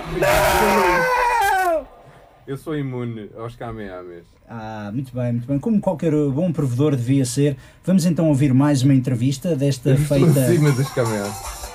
Eu sou imune aos kamehamehas. Muito bem. Como qualquer bom provedor devia ser. Vamos então ouvir mais uma entrevista desta feita... Em cima dos kamehamehas.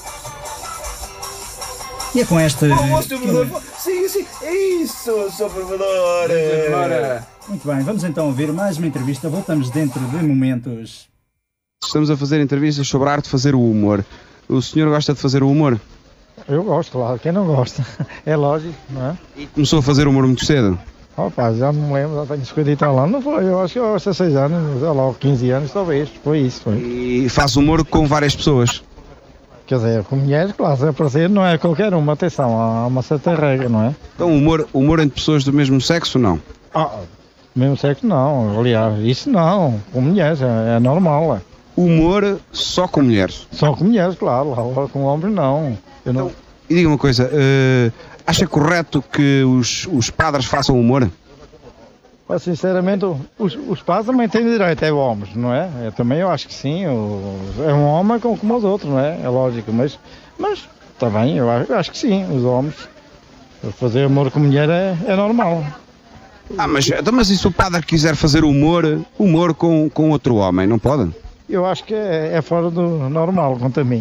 E é com esta... Sim, é isso, Sr. Provedor! Muito bem, vamos então ouvir mais uma entrevista. Voltamos dentro de momentos. Estamos a fazer entrevistas sobre a arte de fazer o humor. O senhor gosta de fazer o humor? Eu gosto, claro. Quem não gosta? É lógico, não é? E começou a fazer humor muito cedo? Opa, já não me lembro, já tenho 50 e tal anos. Não foi, eu acho que eu aos 16 anos, sei lá, 15 anos talvez. Foi isso. E faz humor com várias pessoas? Quer dizer, com mulheres, claro, se aparecer não é qualquer uma, atenção, há uma certa regra, não é? Então humor entre pessoas do mesmo sexo, não? Mesmo sexo não, aliás, isso não, com mulheres, é normal. Humor só com mulheres? Só com mulheres, claro, com homens não. Então, e diga uma coisa, acha correto que os padres façam humor? Sinceramente, os padres também têm direito, é homens, não é? Eu acho que sim, é um homem como os outros, não é? É lógico, mas está bem, eu acho que sim, os homens, fazer amor com mulher é normal. Mas e se o padre quiser fazer humor com outro homem, não pode? Eu acho que é fora do normal, quanto a mim.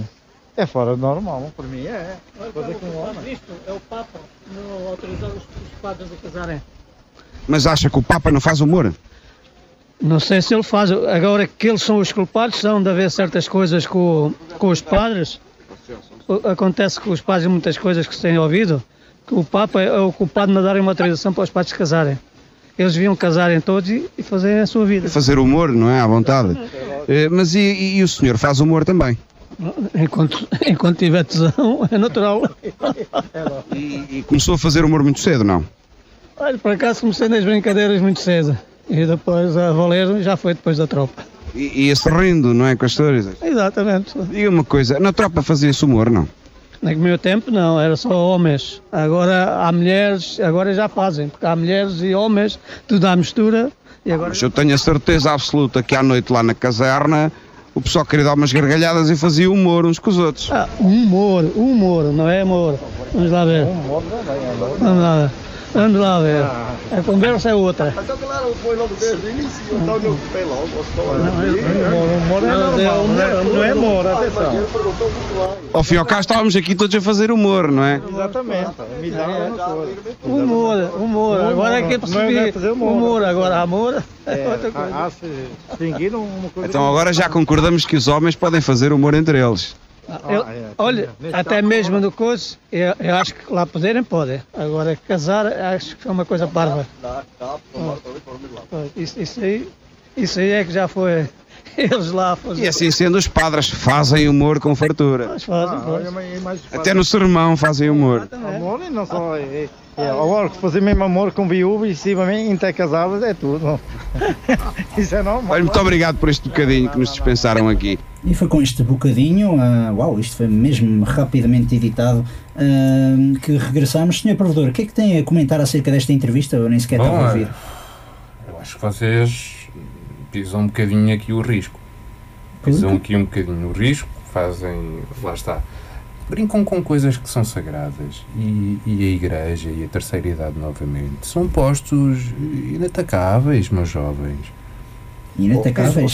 é fora do normal, para mim é. Coisa que um homem. Isto é o Papa não autorizar os padres a casarem. Mas acha que o Papa não faz humor? Não sei se ele faz. Agora que eles são os culpados, são de haver certas coisas com os padres. Acontece com os padres muitas coisas que se têm ouvido, que o Papa é o culpado de não darem uma autorização para os padres casarem. Eles deviam casarem todos e fazerem a sua vida. Fazer humor, não é? À vontade. Mas e o senhor faz humor também? Enquanto tiver tesão, é natural. E começou a fazer humor muito cedo, não? Olha, por acaso comecei nas brincadeiras muito cedo. E depois a valer já foi depois da tropa. E ia-se rindo, não é? Com as histórias? Exatamente. Diga uma coisa, na tropa fazia-se humor, não? No meu tempo não, era só homens. Agora há mulheres, agora já fazem, porque há mulheres e homens, tudo à mistura. E agora... Mas eu tenho a certeza absoluta que à noite lá na caserna o pessoal queria dar umas gargalhadas e fazia humor uns com os outros. Humor, não é amor. Vamos lá ver. Vamos lá ver. A conversa é outra. Então, claro, foi logo desde o início, então não foi logo. Humor é normal, não é humor, atenção. Ao fim e ao cabo estávamos aqui todos a fazer humor, não é? Exatamente. Humor. Agora é que é perceber humor, agora amor é outra coisa. Há se distinguir uma coisa. Então agora já concordamos que os homens podem fazer humor entre eles. Olha, até mesmo no coisa, eu acho que lá poderem, podem. Agora, casar, acho que é uma coisa parva. Isso aí é que já foi eles lá fazer. E assim sendo, os padres fazem humor com fartura. Fazem. Até no sermão fazem humor. Amor e não só. Agora que fazer mesmo amor com viúva e cima até casadas é tudo. Isso é normal. Olha, muito obrigado por este bocadinho que nos dispensaram aqui. E foi com este bocadinho, isto foi mesmo rapidamente editado, que regressamos. Sr. Provedor, o que é que tem a comentar acerca desta entrevista? Eu nem sequer estava a ouvir. Eu acho que vocês pisam um bocadinho aqui o risco. Pisam aqui um bocadinho o risco, fazem, lá está, brincam com coisas que são sagradas e a Igreja e a terceira idade novamente são postos inatacáveis, meus jovens. Inatacáveis?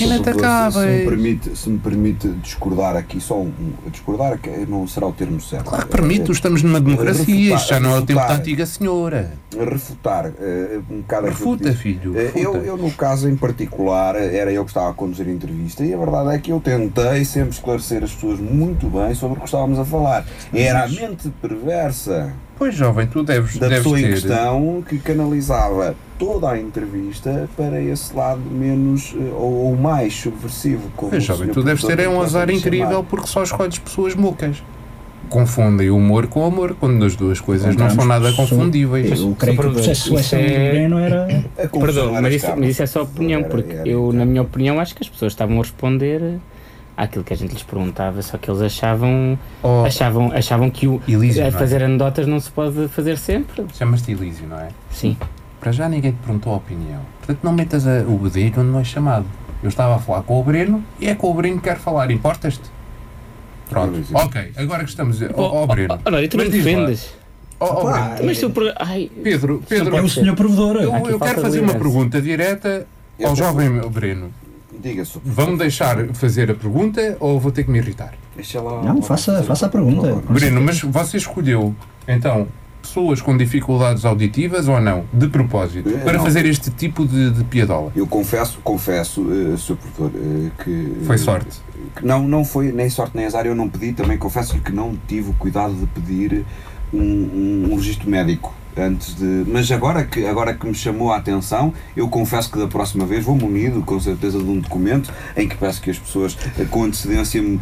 Se me permite discordar aqui, discordar que não será o termo certo. Claro, permito, estamos numa democracia, isto já não é o tempo da antiga senhora. Refutar um bocado. Refuta, filho. Refuta. Eu, no caso em particular, era eu que estava a conduzir a entrevista e a verdade é que eu tentei sempre esclarecer as pessoas muito bem sobre o que estávamos a falar. Era a mente perversa. Pois, jovem, tu deves da pessoa ter... em questão que canalizava toda a entrevista para esse lado menos ou mais subversivo. Pois, jovem, tu deves ter um azar incrível porque só escolhes pessoas mocas. Confundem o humor com o amor, quando as duas coisas não são nada confundíveis. Eu creio que o processo de seleção do Breno era... Perdão, mas isso é só opinião, porque eu, na minha opinião, acho que as pessoas estavam a responder àquilo que a gente lhes perguntava, só que eles achavam que Elísio, fazer anedotas não se pode fazer sempre. Chamas-te Elísio, não é? Sim. Para já ninguém te perguntou a opinião. Portanto, não metas o bedelho onde não é chamado. Eu estava a falar com o Breno e é com o Breno que quero falar. Importas-te? Pronto. Ok, agora que estamos... Breno. Olha, tu não defendes. Mas tu... Pedro, é o senhor provedor. Eu quero fazer uma pergunta direta ao jovem Breno. Diga-se. Vão-me deixar fazer a pergunta ou vou ter que me irritar? Deixa lá. Não, faça a pergunta. Breno, mas você escolheu, então, pessoas com dificuldades auditivas ou não, de propósito, para fazer este tipo de piadola? Eu confesso, Sr. Professor, que... Foi sorte. Que não foi nem sorte nem azar, eu não pedi, também confesso que não tive o cuidado de pedir um registro médico. Mas agora que me chamou a atenção, eu confesso que da próxima vez vou munido com certeza de um documento em que peço que as pessoas com antecedência me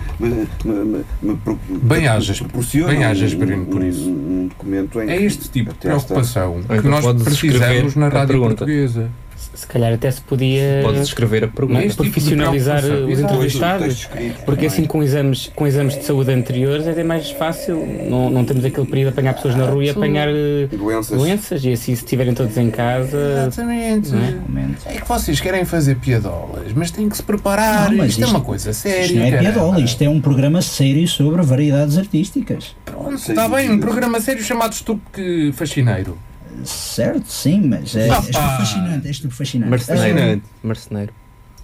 proporcionem Breno, por isso. Um documento em é este tipo de preocupação que então nós precisamos na rádio portuguesa. Se calhar até se podia... Podes escrever a pergunta. Profissionalizar os entrevistados, porque assim com exames de saúde anteriores é até mais fácil, não temos aquele período de apanhar pessoas na rua e apanhar doenças, e assim se estiverem todos em casa... Exatamente. É que vocês querem fazer piadolas, mas têm que se preparar, isto é uma coisa séria. Isto não é piadola, isto é um programa sério sobre variedades artísticas. Pronto, está bem, um programa sério chamado Estúpido Fascineiro. Certo, sim, mas é estupefascinante. Merceneiro.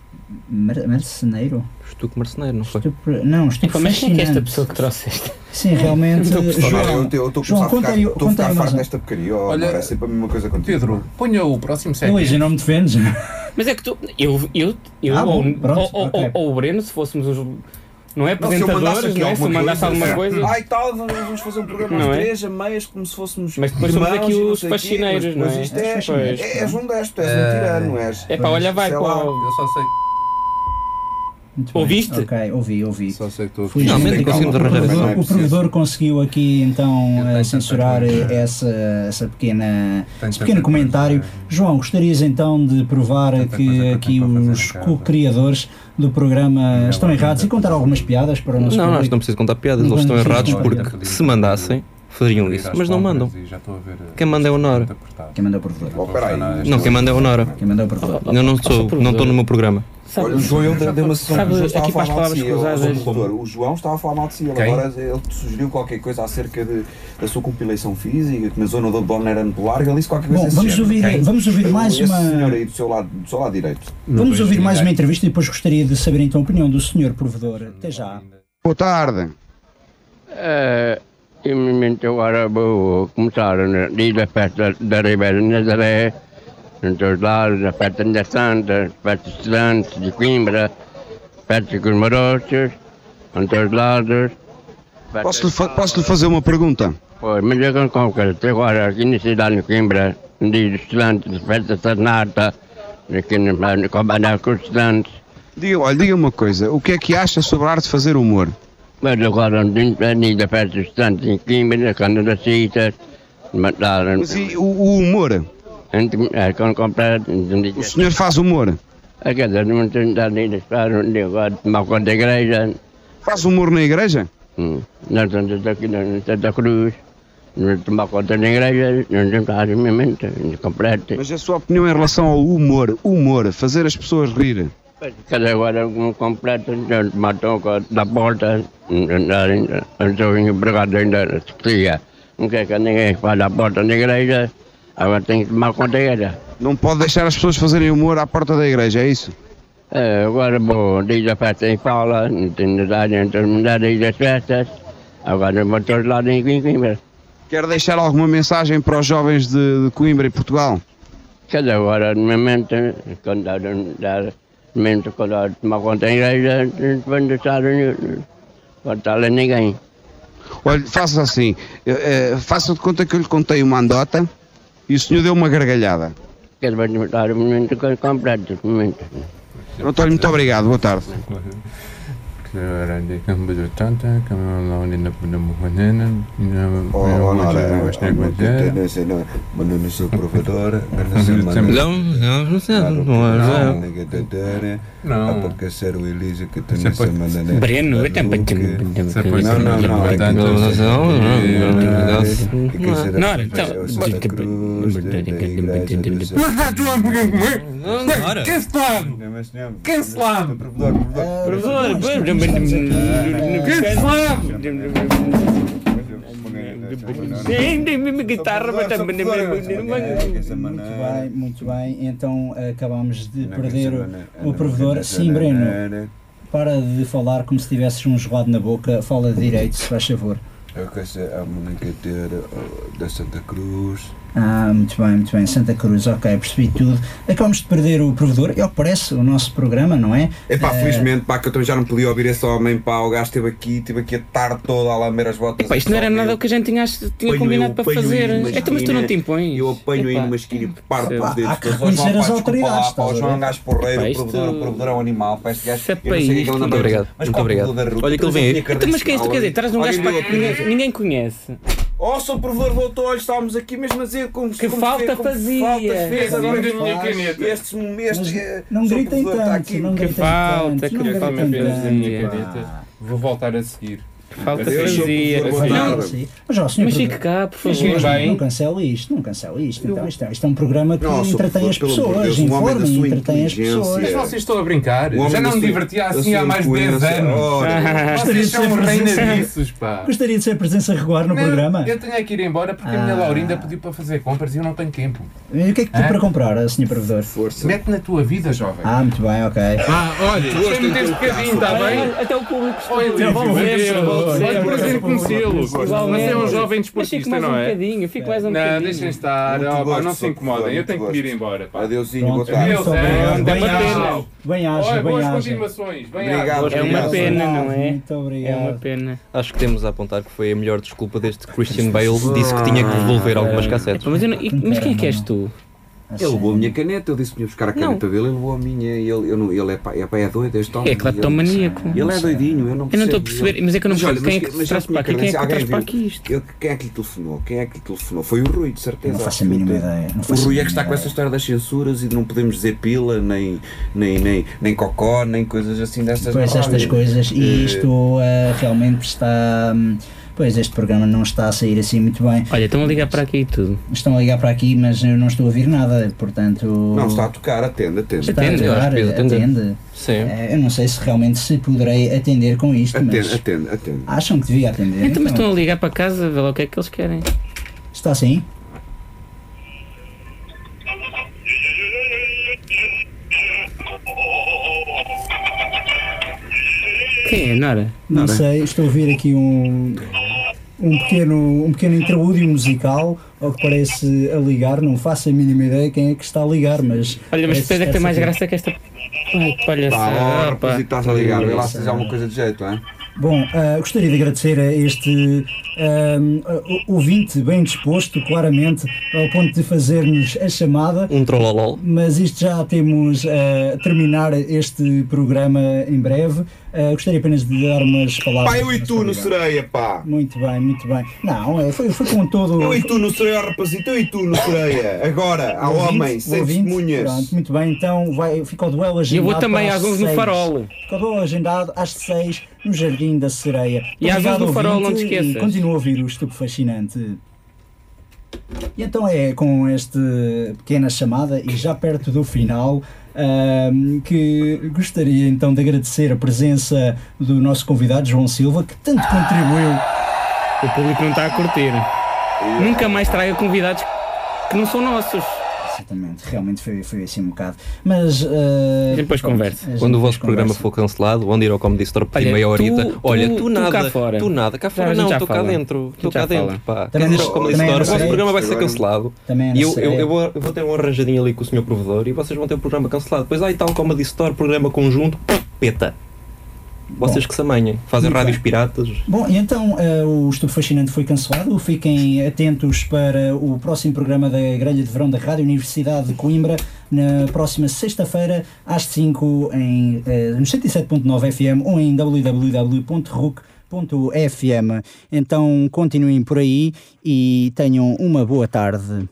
Marceneiro? Estuque marceneiro, não foi? Não, estuque Mas quem é que é esta fascinante. pessoa que trouxeste? Sim, realmente. Eu estou a ficar farto desta porcaria. Olha, é sempre a mesma coisa contigo. Pedro, ponha o próximo segmento. Luís, não me defendes? Mas é que tu. Eu ou o Breno, se fôssemos os. Não é apresentadores, não é? Se mandasse alguma coisa. Ai tal, vamos fazer um programa às 3, a meias, como se fôssemos. Mas depois somos aqui os fascineiros, não é? Isto és um desto, és um tirano, és. É pá, olha, vai para o. Eu só sei. Ouviste? Ok, ouvi. Só sei que estou aqui. Finalmente conseguimos arranjar isso. O provedor conseguiu aqui então censurar esse pequeno comentário. João, gostarias então de provar que aqui os co-criadores do programa estão errados e contar algumas piadas para o nosso público? Não, acho que não preciso contar piadas, eles estão errados porque se mandassem fariam isso, mas não mandam. Quem manda é o Honora. Quem manda é o provedor. Não, quem manda é o Honora. Quem manda é o provedor. Eu não estou no meu programa. Olha, o João deu uma sessão que estava a falar mal de si. cruzadas. O João estava a falar mal de si. Agora ele te sugeriu qualquer coisa acerca da sua compilação física, que na zona do abdômen era muito larga. Ele disse qualquer coisa. Bom, vamos ouvir mais uma. Esse senhor aí do seu lado direito. Vamos ouvir mais uma entrevista e depois gostaria de saber então a opinião do senhor provedor. Até já. Boa tarde. Imediatamente agora vou começar a ir à festa da Ribeira de Nazaré, em todos os lados, a festa da Santa, a festa de estudantes de Coimbra, a festa com os marochos, em todos os lados. Posso-lhe fazer uma pergunta? Pois, mas eu como que até agora aqui na cidade de Coimbra, no dia dos estudantes, a festa da Sanata, aqui no comandar com os estudantes. Diga uma coisa, o que é que acha sobre a arte de fazer humor? Mas agora no dia da festa dos estudantes em Coimbra, quando das citas, mataram. Mas e o humor? O senhor faz humor? A cada não tem dado nem agora tomar conta da igreja. Faz humor na igreja? Nós estamos aqui na Santa Cruz, não tomar conta da igreja, não temos armamento completo. Mas a sua opinião em relação ao humor, fazer as pessoas rir? Cada agora um completo, matam da porta, estou empregado ainda na secretaria. Não quer que ninguém fale à porta da igreja. Agora tem que tomar conta dela. Não pode deixar as pessoas fazerem humor à porta da igreja, é isso? Agora vou, diz a festa em Paula, não tenho nada entre as mulheres das festas. Agora vou todos lá em Coimbra. Quer deixar alguma mensagem para os jovens de Coimbra e Portugal? Cada agora, no momento, quando tomar conta da igreja, não vão deixar a ninguém. Olha, faça assim, faça de conta que eu lhe contei uma andota e o senhor deu uma gargalhada. Quero dar o momento completo, o momento. António, muito obrigado, boa tarde. Breno, Cancelado! Muito bem, então acabamos de perder o provedor. Sim, Breno, para de falar como se tivesses um gelado na boca, fala direito, se faz favor. Eu quero ser a comunicadeira da Santa Cruz. Muito bem, Santa Cruz, ok, percebi tudo. Acabamos de perder o provedor, é o que parece, o nosso programa, não é? Felizmente, que eu também já não podia ouvir esse homem, o gajo esteve aqui a tarde toda a lamber as botas. Isto não era nada o que a gente tinha combinado para fazer. Mas tu não te impões. Eu apanho aí numa esquina e preparo para os dedos. Há que reconhecer as autoridades. O João é um gajo porreiro, o provedor é um animal. Para este gajo, muito obrigado. Olha que ele vem aí. Mas que é isto? Quer dizer, traz um gajo que ninguém conhece. Sou provedor, voltou, olha, estávamos aqui mesmo a dizer como que falta fazia. Agora da minha caneta. Estes momentos. Não gritem tanto, não gritem tanto. Que falta da minha caneta. Vou voltar a seguir. Falta fantasia. Mas fique cá, por favor. Não cancele isto. Então, isto é um programa que entretém as pessoas, informa e entretém as pessoas. Mas vocês estão a brincar? Já não me divertia assim há mais de 10 anos. Vocês são reinadiços, pá. Gostaria de ser presença regular no programa? Eu tenho que ir embora porque a minha Laurinda pediu para fazer compras e eu não tenho tempo. E o que é que tem para comprar, Sr. Provedor? Força. Mete na tua vida, jovem. Muito bem, ok. Olha, gostei deste bocadinho, está bem? Até o público Olha, é um prazer conhecê-lo. Mas é um jovem desportista, não é? Fico mais um bocadinho. Não, deixem estar. Não se incomodem. Eu tenho que ir embora. Adeusinho, boa tarde. Adeus, é. Bem-aja. Boas continuações. Obrigado. É uma pena, não é? Muito obrigado. É uma pena. Acho que temos a apontar que foi a melhor desculpa desde que Christian Bale disse que tinha que devolver algumas cassetes. Mas quem é que és tu? Ele levou a minha caneta, eu disse que vinha buscar a caneta dele, ele levou a minha e ele é doido, este homem. É cleptomaníaco. Ele é doidinho, eu não percebo. Eu não estou a perceber, mas é que eu não percebo quem é que traz para aqui, quem é que traz para aqui isto? Quem é que lhe telefonou? Foi o Rui, de certeza. Não faço a mínima ideia. O Rui é que está com essa história das censuras e de não podemos dizer pila, nem cocó, nem coisas assim destas. Pois estas coisas, e isto realmente está... Pois, este programa não está a sair assim muito bem. Olha, estão a ligar para aqui e tudo. Estão a ligar para aqui, mas eu não estou a ouvir nada, portanto... Não, está a tocar, atende. Está a tocar, atende. Sim. Eu não sei se realmente se poderei atender com isto, mas... Atende. Acham que devia atender? Então, mas estão a ligar para casa, vê lá o que é que eles querem. Está assim? Quem é, Nora? Não sei, estou a ouvir aqui um pequeno interlúdio musical, ao que parece a ligar, não faço a mínima ideia quem é que está a ligar, mas... Olha, mas depois é que tem mais graça que esta... Ai, palhaçada. Depois estás a ligar, vê lá se tens alguma coisa de jeito, não é? Bom, gostaria de agradecer a este ouvinte bem disposto, claramente, ao ponto de fazer-nos a chamada. Um trollolol. Mas isto já temos a terminar este programa em breve. Gostaria apenas de dar umas palavras. Pá, eu e tu no Sereia, pá! Muito bem. Não, foi com todo... Eu e tu no Sereia, rapazito, eu e tu no Sereia. Agora, ao homem, sem testemunhas. Pronto, muito bem, então fica o duelo agendado. Eu vou também às 11 no Farol. Fica o duelo agendado às 6 no Jardim da Sereia. E às 11 no Farol, não te esqueças. Continua a ouvir o Estúpido Fascinante. E então é com esta pequena chamada e já perto do final que gostaria então de agradecer a presença do nosso convidado João Silva, que tanto contribuiu. O público não está a curtir. Nunca mais traga convidados que não são nossos. Exatamente, realmente foi assim um bocado. Mas depois conversa. Quando o vosso programa for cancelado, onde ir ao Comedy Store pedir meia horita. Olha, tu nada, cá fora não, estou cá dentro. Estou cá dentro, pá. Queres ir ao Comedy Store? O vosso programa vai ser cancelado. E eu vou ter um arranjadinho ali com o Sr. Provedor e vocês vão ter o programa cancelado. Depois aí está o Comedy Store, programa conjunto, peta. Vocês que se amanhem, fazem rádios piratas. Bom, e então o Estúpido Fascinante foi cancelado. Fiquem atentos para o próximo programa da grelha de verão da Rádio Universidade de Coimbra, na próxima sexta-feira, às 5 no 107.9 FM ou em www.ruc.fm. Então continuem por aí e tenham uma boa tarde.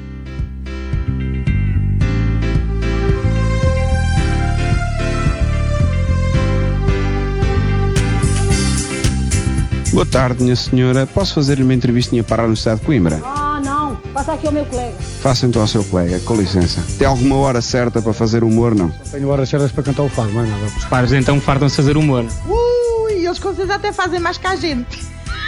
Boa tarde, minha senhora. Posso fazer-lhe uma entrevistinha para a Universidade de Coimbra? Não. Passa aqui ao meu colega. Faça então ao seu colega, com licença. Tem alguma hora certa para fazer humor, não? Só tenho horas certas para cantar o fado, não é nada. Os pares então fartam-se fazer humor. Eles com certeza até fazem mais que a gente.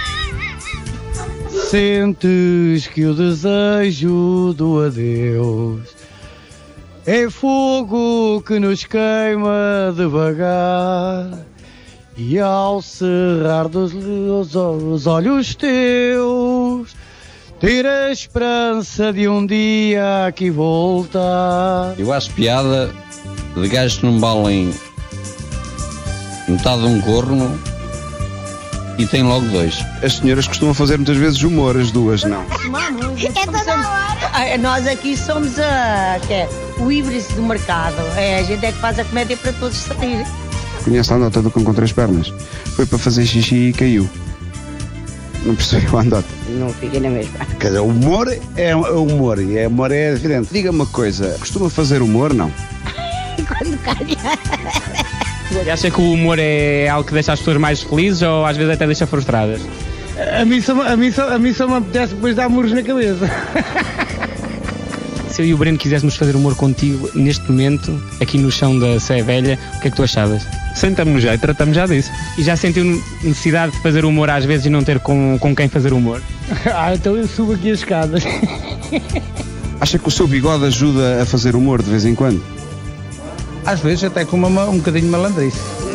Sentes que o desejo do adeus é fogo que nos queima devagar. E ao cerrar os olhos teus, ter a esperança de um dia aqui voltar. Eu acho piada de gajos que não valem metade de um corno e tem logo dois. As senhoras costumam fazer muitas vezes humor, as duas não. É toda hora. Nós aqui somos o híbrido do mercado. A gente é que faz a comédia para todos sair. Conhece a anedota do cão com 3 pernas? Foi para fazer xixi e caiu. Não percebi a anedota. Não fiquei na mesma. Quer dizer, o humor é humor e humor é diferente. Diga-me uma coisa, costuma fazer humor, não? Quando calha. E acha que o humor é algo que deixa as pessoas mais felizes ou às vezes até deixa frustradas? A mim só me apetece depois dar muros na cabeça. Se eu e o Breno quiséssemos fazer humor contigo neste momento, aqui no chão da Sé Velha, o que é que tu achavas? Sentamos-nos já e tratamos já disso. E já sentiu necessidade de fazer humor às vezes e não ter com quem fazer humor? Então eu subo aqui as escadas. Acha que o seu bigode ajuda a fazer humor de vez em quando? Às vezes até com um bocadinho de malandrice.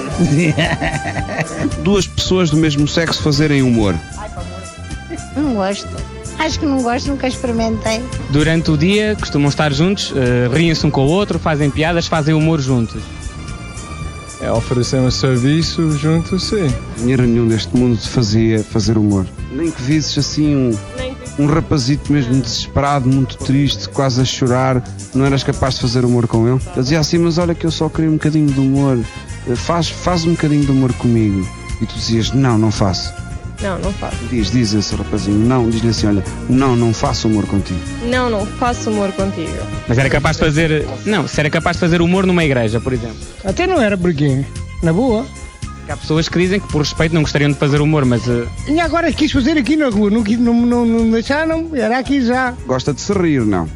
Duas pessoas do mesmo sexo fazerem humor. Não gosto. Acho que não gosto, nunca experimentei. Durante o dia costumam estar juntos, riem-se um com o outro, fazem piadas, fazem humor juntos. Oferecer um serviço juntos, sim. Dinheiro nenhum neste mundo te fazia fazer humor. Nem que visses assim um rapazito mesmo desesperado, muito triste, quase a chorar, não eras capaz de fazer humor com ele? Ele dizia assim, mas olha que eu só queria um bocadinho de humor, faz um bocadinho de humor comigo. E tu dizias, não faço. Não faço. Diz esse rapazinho, não, diz-lhe assim, olha, não faço humor contigo. Não faço humor contigo. Mas era capaz de fazer, se era capaz de fazer humor numa igreja, por exemplo. Até não era porque, na boa. Há pessoas que dizem que por respeito não gostariam de fazer humor, mas... E agora quis fazer aqui na rua, não deixaram, era aqui já. Gosta de se rir, não?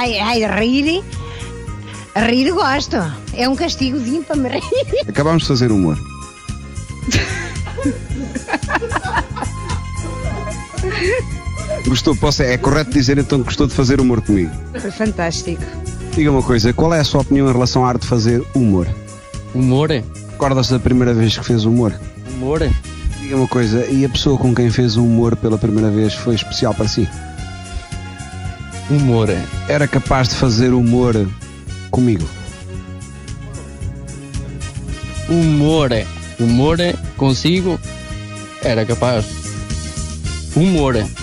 Rir gosto. É um castigozinho para me rir. Acabámos de fazer humor. Gostou? É correto dizer então que gostou de fazer humor comigo? Foi fantástico. Diga uma coisa, qual é a sua opinião em relação à arte de fazer humor? Humor? Recorda-se da primeira vez que fez humor? Humor? Diga uma coisa, e a pessoa com quem fez o humor pela primeira vez foi especial para si? Humor? Era capaz de fazer humor comigo? Humor consigo? Era capaz. Humor